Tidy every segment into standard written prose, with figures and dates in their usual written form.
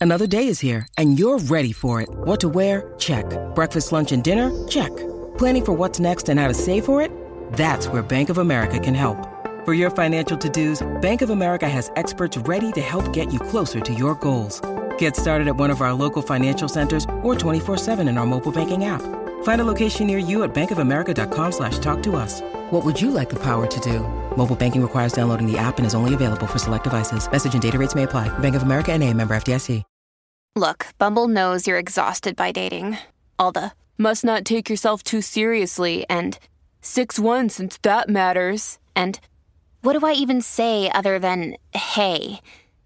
Another day is here, and you're ready for it. What to wear? Check. Breakfast, lunch, and dinner? Check. Planning for what's next and how to save for it? That's where Bank of America can help. For your financial to-dos, Bank of America has experts ready to help get you closer to your goals. Get started at one of our local financial centers or 24/7 in our mobile banking app. Find a location near you at bankofamerica.com/talktous. What would you like the power to do? Mobile banking requires downloading the app and is only available for select devices. Message and data rates may apply. Bank of America N.A., member FDIC. Look, Bumble knows you're exhausted by dating. All the must not take yourself too seriously and 6'1" since that matters. And what do I even say other than hey?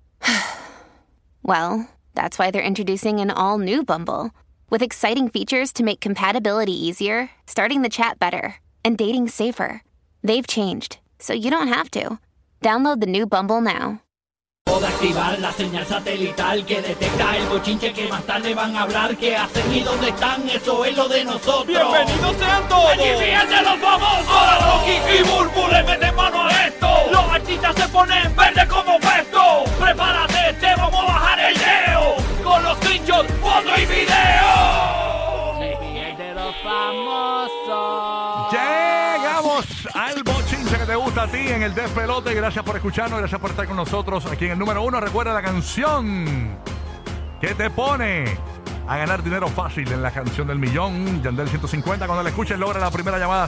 Well, that's why they're introducing an all-new Bumble with exciting features to make compatibility easier, starting the chat better, and dating safer. They've changed, so you don't have to. Download the new Bumble now. De activar la señal satelital que detecta el bochinche que más tarde van a hablar. ¿Qué hacen y dónde están? Eso es lo de nosotros. ¡Bienvenidos sean todos! ¡Aquí fíjense los famosos! Ahora Rocky y Burbu le meten mano a esto. Los artistas se ponen verde como puesto. Prepárate, te vamos a bajar el leo. Con los screenshots, foto y video. El de los famosos. Llegamos al bochinche que te gusta a ti en el despelote. Gracias por escucharnos, gracias por estar con nosotros aquí en el número 1. Recuerda la canción que te pone a ganar dinero fácil en la canción del millón. Yandel 150. Cuando la escuches, logra la primera llamada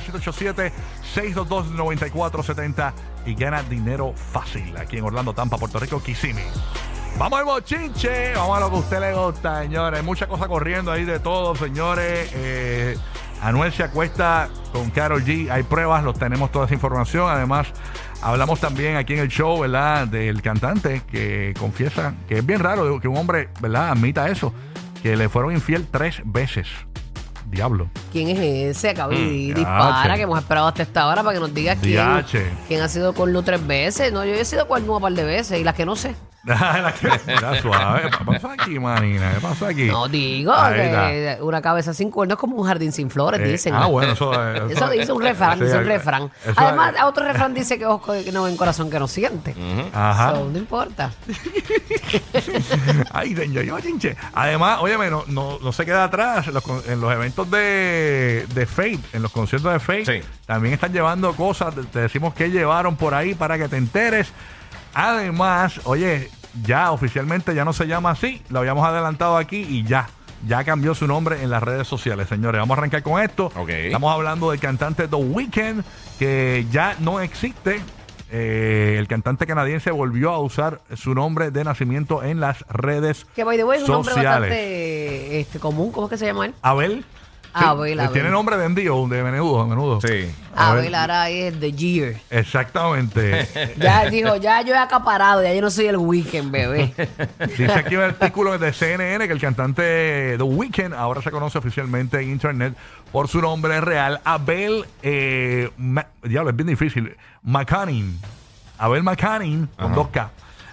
787-622-9470 y gana dinero fácil aquí en Orlando, Tampa, Puerto Rico, Kissimmee. Vamos al bochinche, vamos a lo que a usted le gusta, señores. Hay mucha cosa corriendo ahí de todo, señores. Anuel se acuesta con Karol G. Hay pruebas, los tenemos toda esa información. Además, hablamos también aquí en el show, ¿verdad?, del cantante que confiesa que es bien raro que un hombre, ¿verdad?, admita eso, que le fueron infiel 3 veces. Diablo. ¿Quién es ese? Acaba y dispara, que hemos esperado hasta esta hora para que nos diga quién ha sido cornudo 3 veces. No, yo he sido cornudo un par de veces y las que no sé. Mira, suave. ¿Qué pasó aquí, manina? ¿Qué pasó aquí? No, digo que una cabeza sin cuernos es como un jardín sin flores, dicen. Bueno, eso dice un refrán, dice un refrán. Además, otro refrán dice que ojos que no ven, corazón que no siente. Ajá. No importa. Ay, yo chinche. Además, óyeme, no se queda atrás en los eventos de Fate, en los conciertos de Fate. Sí. También están llevando cosas, te decimos que llevaron por ahí para que te enteres. Además, oye, ya oficialmente ya no se llama así, lo habíamos adelantado aquí y ya cambió su nombre en las redes sociales, señores. Vamos a arrancar con esto. Estamos hablando del cantante The Weeknd, que ya no existe. El cantante canadiense volvió a usar su nombre de nacimiento en las redes sociales. Que by the way es un nombre bastante común. ¿Cómo es que se llama él? Abel. Sí, Abel. Tiene nombre de envío, de menudo. Sí. Abel ahora es The Year. Exactamente. Ya dijo, ya yo he acaparado, ya yo no soy el Weeknd, bebé. Dice aquí un artículo de CNN que el cantante The Weeknd ahora se conoce oficialmente en internet por su nombre real, Abel, diablo, es bien difícil, McCanning. Abel McCanning, con 2K.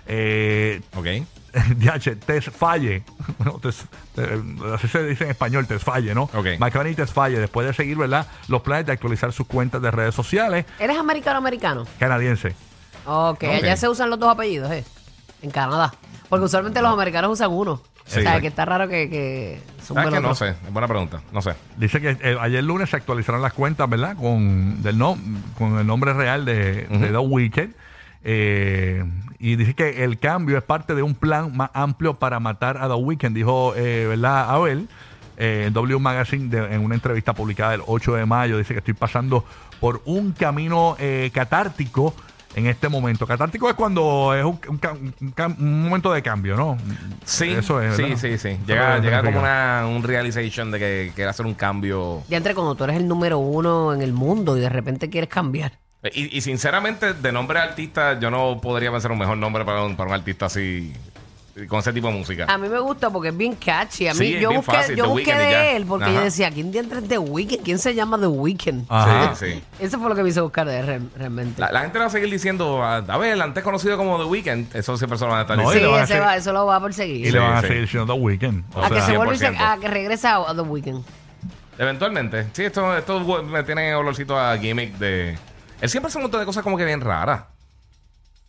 DH, Tesfaye. Así se dice en español, Tesfaye, ¿no? McCanning Tesfaye, después de seguir, ¿verdad?, los planes de actualizar sus cuentas de redes sociales. ¿Eres americano? Canadiense. Ok, allá se usan los 2 apellidos, en Canadá. Porque usualmente los americanos usan uno. Sí. O sea, que está raro que son que no sé, es buena pregunta, no sé. Dice que ayer lunes se actualizaron las cuentas, ¿verdad?, con el nombre real de The Weeknd. Y dice que el cambio es parte de un plan más amplio para matar a The Weeknd, dijo, ¿verdad?, Abel, en W Magazine, en una entrevista publicada el 8 de mayo. Dice que estoy pasando por un camino catártico en este momento. Catártico es cuando es un momento de cambio, ¿no? Sí, eso es, sí. Llega como un realization de que quiere hacer un cambio. Ya entre cuando tú eres el número 1 en el mundo y de repente quieres cambiar. Y sinceramente, de nombre de artista, yo no podría pensar un mejor nombre para un artista así, con ese tipo de música. A mí me gusta porque es bien catchy. A mí, sí, yo busqué de él porque yo decía, ¿quién diantre es The Weeknd? ¿Quién se llama The Weeknd? Sí. Eso fue lo que me hizo buscar de él realmente. La gente va a seguir diciendo, a ver, antes conocido como The Weeknd. Eso siempre se lo van a estar diciendo. Sí, eso lo va a perseguir. Y le van a seguir diciendo The Weeknd. A que se vuelva a que regrese a The Weeknd. Eventualmente. Sí, esto me tiene olorcito a gimmick de... Él siempre hace un montón de cosas como que bien raras.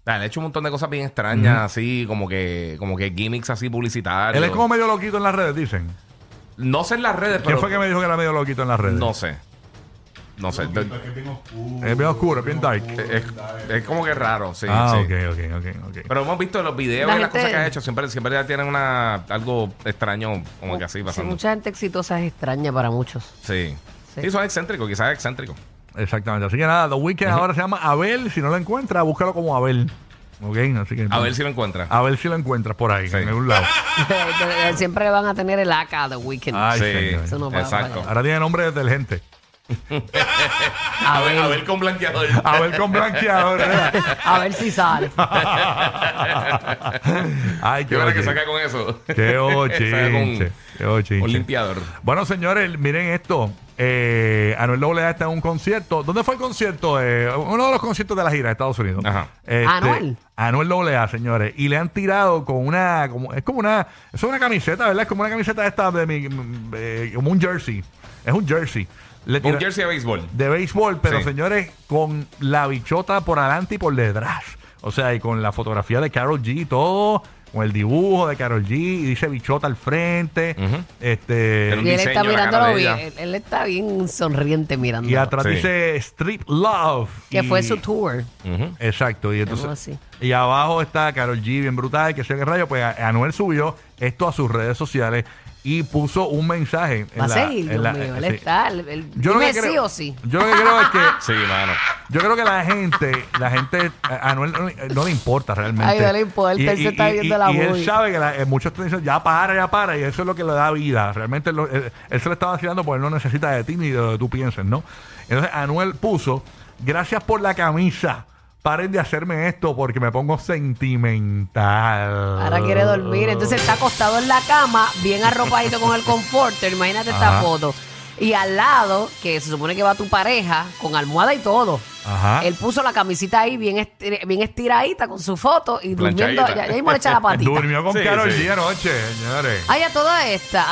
Le ha hecho un montón de cosas bien extrañas, así como que gimmicks así publicitarios. Él es como medio loquito en las redes, dicen. No sé en las redes, pero... ¿Quién fue que me dijo que era medio loquito en las redes? No sé. Es bien oscuro, es bien dark. Es como que raro, sí. Ok. Pero hemos visto los videos y las cosas que ha hecho. Siempre ya tienen algo extraño como que así pasando. Sí, mucha gente exitosa es extraña para muchos. Sí, son excéntricos, quizás excéntricos. Exactamente. Así que nada, The Weeknd ahora se llama Abel. Si no lo encuentra, búscalo como Abel. Ok, así que... A ver si lo encuentra. A ver si lo encuentras por ahí, en algún lado. Siempre van a tener el AK The Weeknd. Ay, sí, eso no exacto. Ahora tiene nombre de detergente. A ver con blanqueador. A ver con blanqueador. A ver si sale. Ay, qué hora que saca con eso. Qué ochinche. Un limpiador. Bueno, señores, miren esto. Anuel AA está en un concierto. ¿Dónde fue el concierto? Uno de los conciertos de la gira de Estados Unidos. Ajá. Anuel AA, señores. Y le han tirado con una... es una camiseta, ¿verdad? Es como una camiseta esta como un jersey. Es un jersey. Un jersey de béisbol. De béisbol, pero sí, señores, con la bichota por adelante y por detrás. O sea, y con la fotografía de Karol G y todo, con el dibujo de Karol G, y dice bichota al frente. Y él está mirándolo bien. Él está bien sonriente mirando. Y atrás dice Street Love. Que fue su tour. Exacto. Y entonces, y abajo está Karol G, bien brutal, que sé qué rayo. Pues Anuel subió esto a sus redes sociales y puso un mensaje. Va a seguir, Dios mío. Él está. Dime sí o sí. Yo lo que creo es que. Sí, mano. Yo creo que la gente, a Anuel no le importa realmente. Ay, no le importa, él se está viendo la voz. Y él sabe que muchos te dicen, ya para, y eso es lo que le da vida. Realmente él se lo está vacilando porque él no necesita de ti ni de lo que tú pienses, ¿no? Entonces Anuel puso, gracias por la camisa. Paren de hacerme esto porque me pongo sentimental. Ahora quiere dormir. Entonces está acostado en la cama, bien arropadito con el comforter. Imagínate esta foto. Y al lado, que se supone que va tu pareja, con almohada y todo. Ajá. Él puso la camisita ahí bien estiradita con su foto y durmiendo. Ya mismo le echa la patita. Durmió con Karol G anoche, señores. Ay, a todas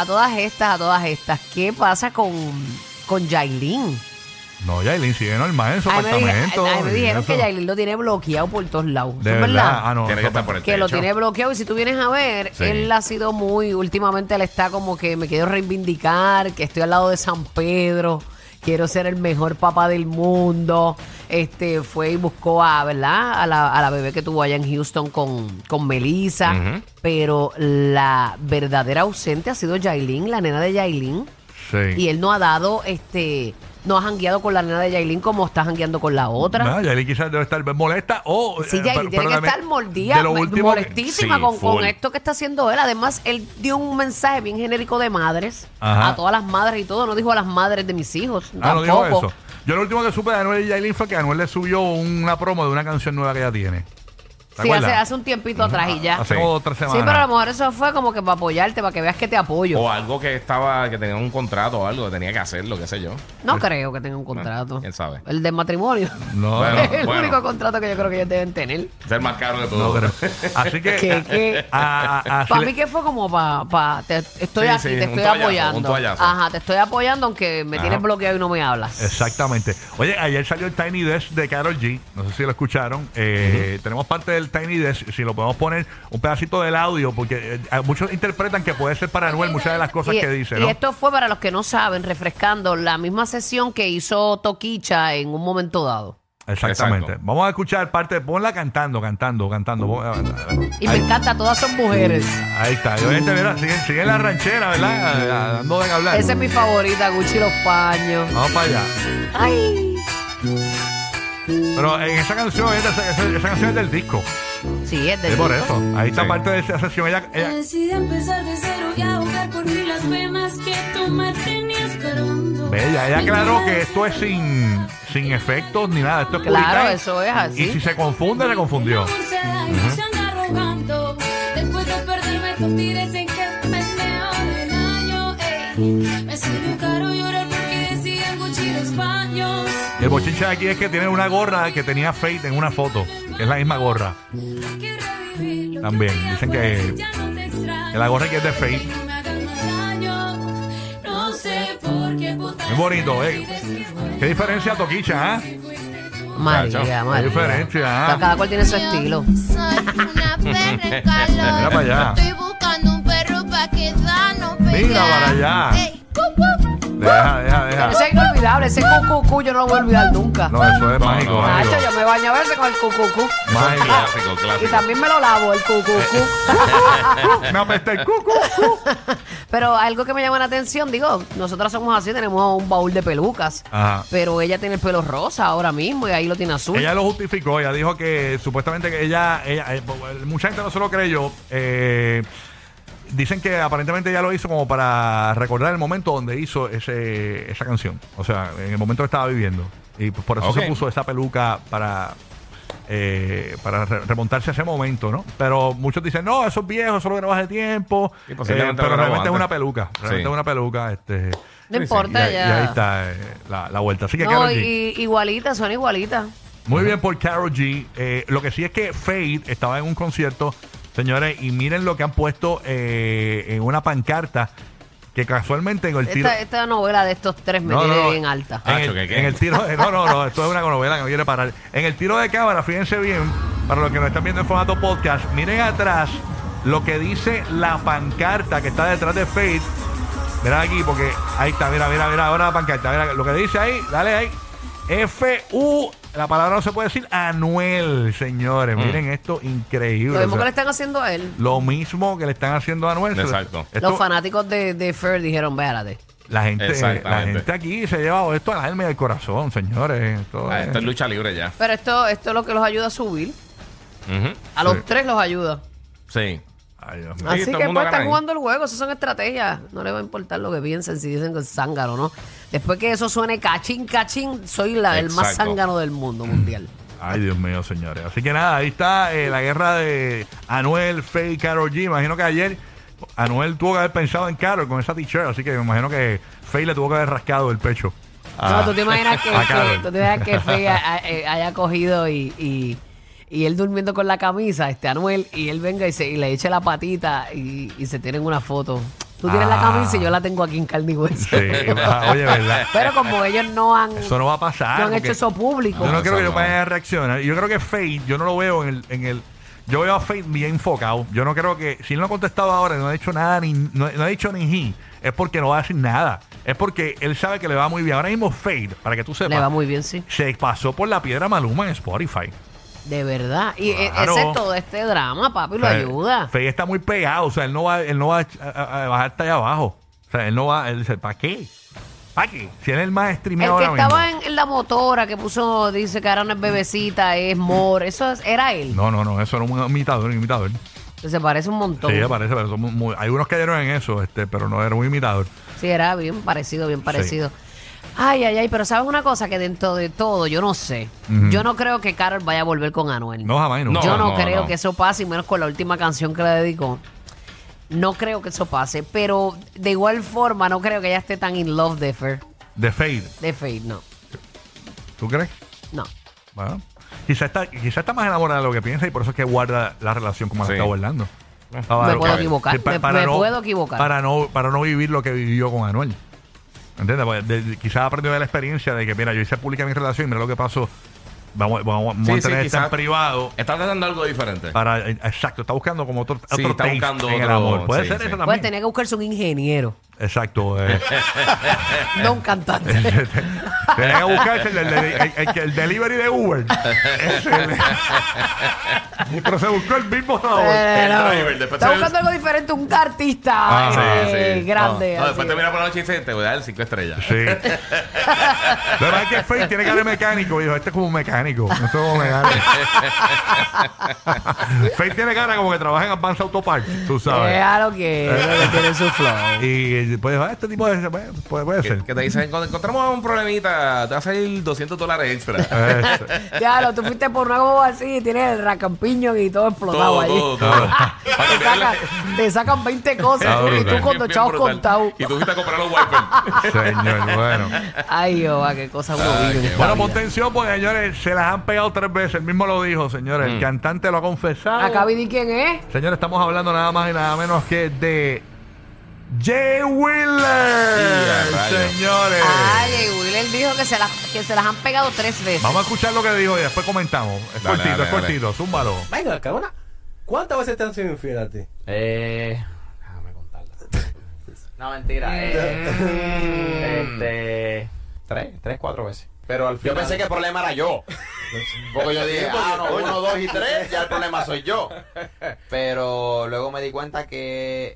estas. ¿Qué pasa con Yailin? No, Yailin sigue normal en su apartamento. Me dijeron que Yailin lo tiene bloqueado por todos lados. ¿De verdad? No, tiene que estar por el techo. Lo tiene bloqueado y si tú vienes a ver, él ha sido últimamente él está como que me quiero reivindicar, que estoy al lado de San Pedro, quiero ser el mejor papá del mundo. Fue y buscó a la bebé que tuvo allá en Houston con Melissa, pero la verdadera ausente ha sido Yailin, la nena de Yailin. Sí. Y él no ha dado no ha jangueado con la nena de Yailin como está jangueando con la otra. No, Yailin quizás debe estar molesta o... Sí, Yailin tiene que estar molestísima con esto que está haciendo él. Además, él dio un mensaje bien genérico de madres. Ajá. A todas las madres y todo. No dijo a las madres de mis hijos. Tampoco. No dijo eso. Yo lo último que supe de Anuel y Yailin fue que Anuel le subió una promo de una canción nueva que ella tiene. Sí, hace un tiempito atrás y ya. Hace como 3 semanas. Sí, pero a lo mejor eso fue como que para apoyarte, para que veas que te apoyo. O algo que tenía un contrato o algo, que tenía que hacerlo, qué sé yo. No creo que tenga un contrato. ¿Quién sabe? El de matrimonio. No. Es el único contrato que yo creo que ellos deben tener. Ser más caro de todo. No, así que... Para mí que fue como estoy aquí, te estoy apoyando. Un toallazo. Ajá, te estoy apoyando aunque me tienes bloqueado y no me hablas. Exactamente. Oye, ayer salió el Tiny Desk de Karol G. No sé si lo escucharon. Tenemos parte del Tiny Desk. Si lo podemos poner un pedacito del audio, porque muchos interpretan que puede ser para Anuel muchas de las cosas que dice, ¿no? Y esto fue, para los que no saben, refrescando la misma sesión que hizo Toquicha en un momento dado. Exactamente. Exacto. Vamos a escuchar parte, ponla cantando. Y me encanta, todas son mujeres. Ahí está. Y obviamente, mira, sigue la ranchera, ¿verdad? Dando de hablar. Esa es mi favorita, Gucci los paños. Vamos para allá. Ay. Pero en esa canción, esa canción es del disco. Sí, es del disco. Es por eso. Ahí está parte de esa sesión. Ella decidí empezar de cero y ahogar por fin las penas que tú me tenías cargando. Bella, ella aclaró que esto es sin efectos ni nada. Esto es claro, eso es así. Y si se confunde, se confundió. Se anda rogando. Después de perderme, tú tires en que me del año. Me salió caro llorar porque decían Gucci los baños. El bochinche de aquí es que tiene una gorra que tenía Fate en una foto, que es la misma gorra. También dicen que la gorra que es de Fate. Muy bonito, ¿eh? Qué diferencia Toquicha, ¿eh? María. Hay diferencia. Cada cual tiene su estilo. Soy una perra en calor. Mira para allá. Estoy buscando un perro para quedarnos Mira para allá. Ey, Deja. Ese es inolvidable, ese cucucú yo no lo voy a olvidar nunca. No, eso es mágico, mágico. Nacho, yo me baño a veces con el cucucú. Mágico. Clásico. Y también me lo lavo, el cucucú. Me apesta el cucu. Pero algo que me llama la atención, digo, nosotros somos así, tenemos un baúl de pelucas. Ajá. Pero ella tiene el pelo rosa ahora mismo y ahí lo tiene azul. Ella lo justificó, ella dijo que supuestamente que ella mucha gente no se lo creyó. Dicen que aparentemente ella lo hizo como para recordar el momento donde hizo esa canción. O sea, en el momento que estaba viviendo. Y por eso se puso esa peluca para remontarse a ese momento, ¿no? Pero muchos dicen, no, eso es viejo, eso lo grabas de tiempo. Pero realmente es una peluca. Realmente es una peluca. No importa, y ahí está la vuelta. Así que No, Karol G. igualitas, son igualitas. Muy bien por Karol G. Lo que sí es que Fade estaba en un concierto, señores, y miren lo que han puesto en una pancarta que casualmente en el tiro... Esta novela de estos tres me tiene bien alta. En el tiro de... No, esto es una novela que no quiere parar. En el tiro de cámara, fíjense bien, para los que nos están viendo en formato podcast, miren atrás lo que dice la pancarta que está detrás de Fade. Mira aquí, porque ahí está, mira, ahora la pancarta. Mira lo que dice ahí, dale ahí. F-U, la palabra no se puede decir, Anuel, señores. Miren esto, increíble. Lo mismo que le están haciendo a él. Lo mismo que le están haciendo a Anuel. Exacto. Los fanáticos de Fer dijeron, véate. La gente aquí se ha llevado esto al alma y al corazón, señores. Esto es lucha libre ya. Pero esto es lo que los ayuda a subir. A los tres los ayuda. Sí. Ay, Dios mío. Así todo el que mundo pues gana están ahí. jugando el juego, eso son estrategias. No le va a importar lo que piensen, si dicen que es zángano, ¿no? Después que eso suene cachín, soy el más Exacto. zángano del mundo mundial. Ay, Dios mío, señores. Así que nada, ahí está la guerra de Anuel, Faye y Karol G. Imagino que ayer Anuel tuvo que haber pensado en Karol con esa t-shirt, así que me imagino que Faye le tuvo que haber rascado el pecho. No, tú te imaginas Karol. que Faye haya cogido y él durmiendo con la camisa, Anuel, y él venga y le eche la patita y se tienen una foto. Tú tienes la camisa y yo la tengo aquí en carne y hueso. Sí, oye, ¿verdad? Pero como ellos no han, Eso no va a pasar. no han porque hecho eso público. Yo no creo que yo no. vaya a reaccionar. Yo creo que Faye, yo no lo veo en el yo veo a Faye bien enfocado. Yo no creo que, si él no ha contestado ahora, no ha dicho nada, no ha dicho ni es porque no va a decir nada. Es porque él sabe que le va muy bien. Ahora mismo Faye, para que tú sepas, Le va muy bien, sí. se pasó por la piedra Maluma en Spotify. De verdad. Y Claro. ese es todo este drama, papi, lo ayuda. Faye está muy pegado, o sea, él no va a bajar hasta allá abajo. O sea, él dice, ¿para qué? ¿Para qué? Si él es el más El streameado que ahora mismo. estaba en la motora que puso, dice que ahora no es bebecita, es More. Era él. No, eso era un imitador. Se parece un montón. Sí, parece, pero hay unos que cayeron en eso, pero no era un imitador. Sí, era bien parecido. Ay, pero ¿sabes una cosa? Que dentro de todo, yo no sé. Yo no creo que Karol vaya a volver con Anuel. No, jamás, no. Yo no creo no. que eso pase, y menos con la última canción que le dedicó. No creo que eso pase, pero de igual forma no creo que ella esté tan in love de Fer. De Fade. De Fade, no. ¿Tú crees? No. Bueno, quizá está más enamorada de lo que piensa y por eso es que guarda la relación como la Sí. está guardando. Me puedo equivocar. Me puedo equivocar. Para no vivir lo que vivió con Anuel. ¿Entiendes? Pues, quizás aprendió de la experiencia de que, mira, yo hice pública mi relación y mira lo que pasó. Vamos a mantener esto en privado. Está tratando algo diferente. Exacto, está buscando como otro Sí, está taste buscando en el otro- amor. Puede sí, ser sí. eso Pues también. tenía que buscarse un ingeniero, Exacto. no un cantante. Tenía que buscarse el delivery de Uber. Pero se buscó el mismo sabor. driver, después Está se- buscando algo diferente, un artista grande. No, después así. te mira por la noche y dice, te voy a dar 5 estrellas. Sí. Lo que pasa es que Faye tiene cara de mecánico. Y dijo, este es como un mecánico. No es como mecánico. Faye tiene cara como que trabaja en Advance Auto Parts, tú sabes. Claro que tiene su flow. Y pues, este tipo de... Puede ser. Que te dicen, cuando encontramos un problemita, te va a salir $200 extra. Claro, tú fuiste por una boba así y tienes el racampiño y todo explotado allí. todo. Te sacan 20 cosas Ah, y tú brutal. con los chavos contados. Y tú fuiste a comprar los wipers. Señor, bueno. Ay, Jehová, qué cosa uno vive en esta Bueno, vida. pon atención porque, señores, se las han pegado 3 veces. Él mismo lo dijo, señores. El cantante lo ha confesado. Acá vi quién es. Señores, estamos hablando nada más y nada menos que de Jay Wheeler, señores. Jay Wheeler dijo que se las han pegado 3 veces. Vamos a escuchar lo que dijo y después comentamos. Es cortito, zúmbalo. Venga, cabrona. ¿Cuántas veces te han sido infiel a ti? Déjame contarla. No, mentira. 3, 4 veces. Pero al final... Yo pensé que el problema era yo. Porque yo dije, 1, 2 y 3, ya el problema soy yo. Pero luego me di cuenta que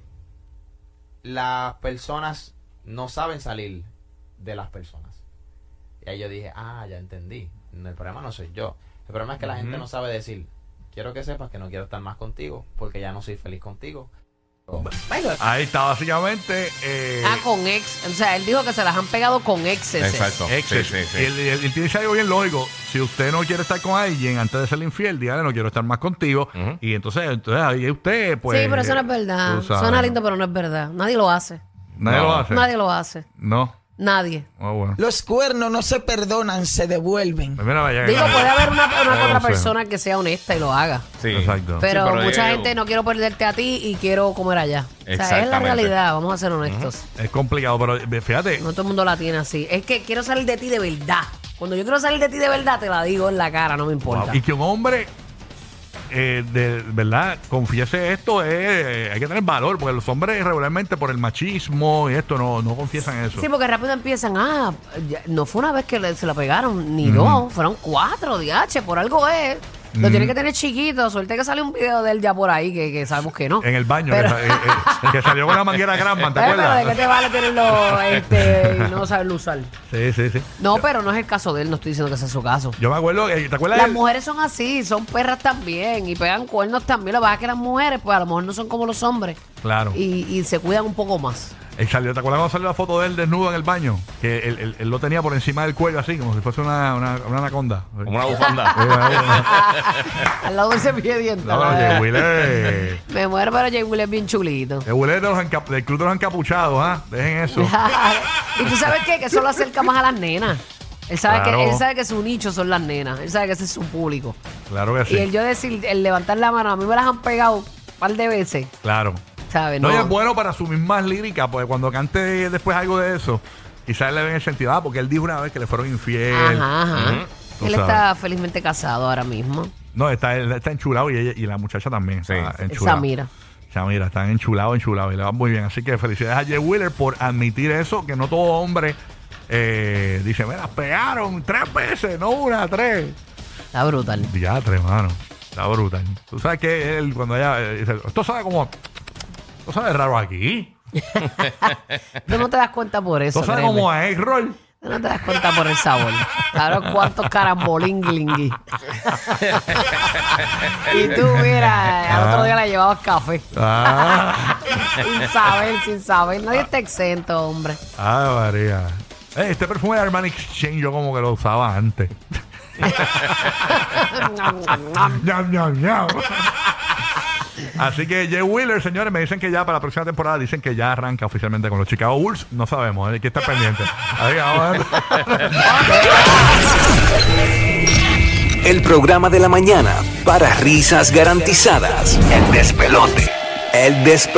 las personas no saben salir de las personas. Y ahí yo dije, ya entendí. El problema no soy yo. El problema es que la gente no sabe decir, quiero que sepas que no quiero estar más contigo porque ya no soy feliz contigo. Ahí está, básicamente. Con ex. O sea, él dijo que se las han pegado con exes. Exacto. Exes. Sí. Y él dice algo bien lógico. Si usted no quiere estar con alguien antes de ser infiel, dígale, no quiero estar más contigo. Y entonces ahí usted, pues. Sí, pero eso no es verdad. Suena lindo, pero no es verdad. Nadie lo hace. Nadie lo hace. No. Nadie. Bueno. Los cuernos no se perdonan, se devuelven. Pues mira, Digo, puede haber una otra persona que sea honesta y lo haga. Sí, exacto. Pero mucha gente no quiero perderte a ti y quiero comer allá. O sea, es la realidad, vamos a ser honestos. Es complicado, pero fíjate. No todo el mundo la tiene así. Es que quiero salir de ti de verdad. Cuando yo quiero salir de ti de verdad, te la digo en la cara, no me importa. Wow. Y que un hombre, de verdad, confiese esto, hay que tener valor, porque los hombres regularmente por el machismo y esto no confiesan eso. Sí, porque rápido empiezan, no fue una vez que se la pegaron, ni 2, fueron 4, DH, por algo es. Lo tiene que tener chiquito. Suerte que sale un video de él ya por ahí, que sabemos que no. En el baño, pero... que salió con la manguera Granman, ¿te acuerdas? Pero ¿de qué te vale tenerlo y no saberlo usar? Sí. No, pero no es el caso de él, no estoy diciendo que ese es su caso. Yo me acuerdo, ¿te acuerdas? Las mujeres son así, son perras también y pegan cuernos también. Lo que pasa es que las mujeres, pues a lo mejor no son como los hombres. Claro. Y se cuidan un poco más. ¿Te acuerdas cuando salió la foto de él desnudo en el baño? Que él lo tenía por encima del cuello así, como si fuese una anaconda. Como una bufanda. Al lado del cepillo de dientes. No, Jay Wheeler. Me muero, pero Jay Wheeler es bien chulito. Jay Wheeler del club de los encapuchados, Dejen eso. ¿Y tú sabes qué? Que eso lo acerca más a las nenas. Él sabe que su nicho son las nenas. Él sabe que ese es su público. Claro que sí. Y el levantar la mano, a mí me las han pegado un par de veces. Claro. ¿Sabes? No, y es bueno para asumir más lírica, porque cuando cante después algo de eso, quizás le ven el sentido, porque él dijo una vez que le fueron infiel. Ajá. Él está felizmente casado ahora mismo. No, él está enchulado y la muchacha también. Sí. Samira, están enchulados y le va muy bien. Así que felicidades a Jay Wheeler por admitir eso, que no todo hombre dice, mira, pegaron 3 veces, no 1, 3. Está brutal. Ya, 3, mano. Está brutal. Tú sabes que él cuando ella dice, esto sabe como... ¿Tú sabes raro aquí? Tú no te das cuenta por eso. ¿Tú sabes cómo es egg roll? Tú no te das cuenta por el sabor. Claro, cuántos carambolinglingi. Y tú, mira, al otro día le llevabas café. Sin saber. Nadie está exento, hombre. Ay, María. Este perfume de Armani Exchange yo como que lo usaba antes. Así que Jay Wheeler, señores, me dicen que ya para la próxima temporada dicen que ya arranca oficialmente con los Chicago Bulls. No sabemos, hay que estar pendiente. Ahí, vamos a ver. El programa de la mañana para risas garantizadas. El despelote.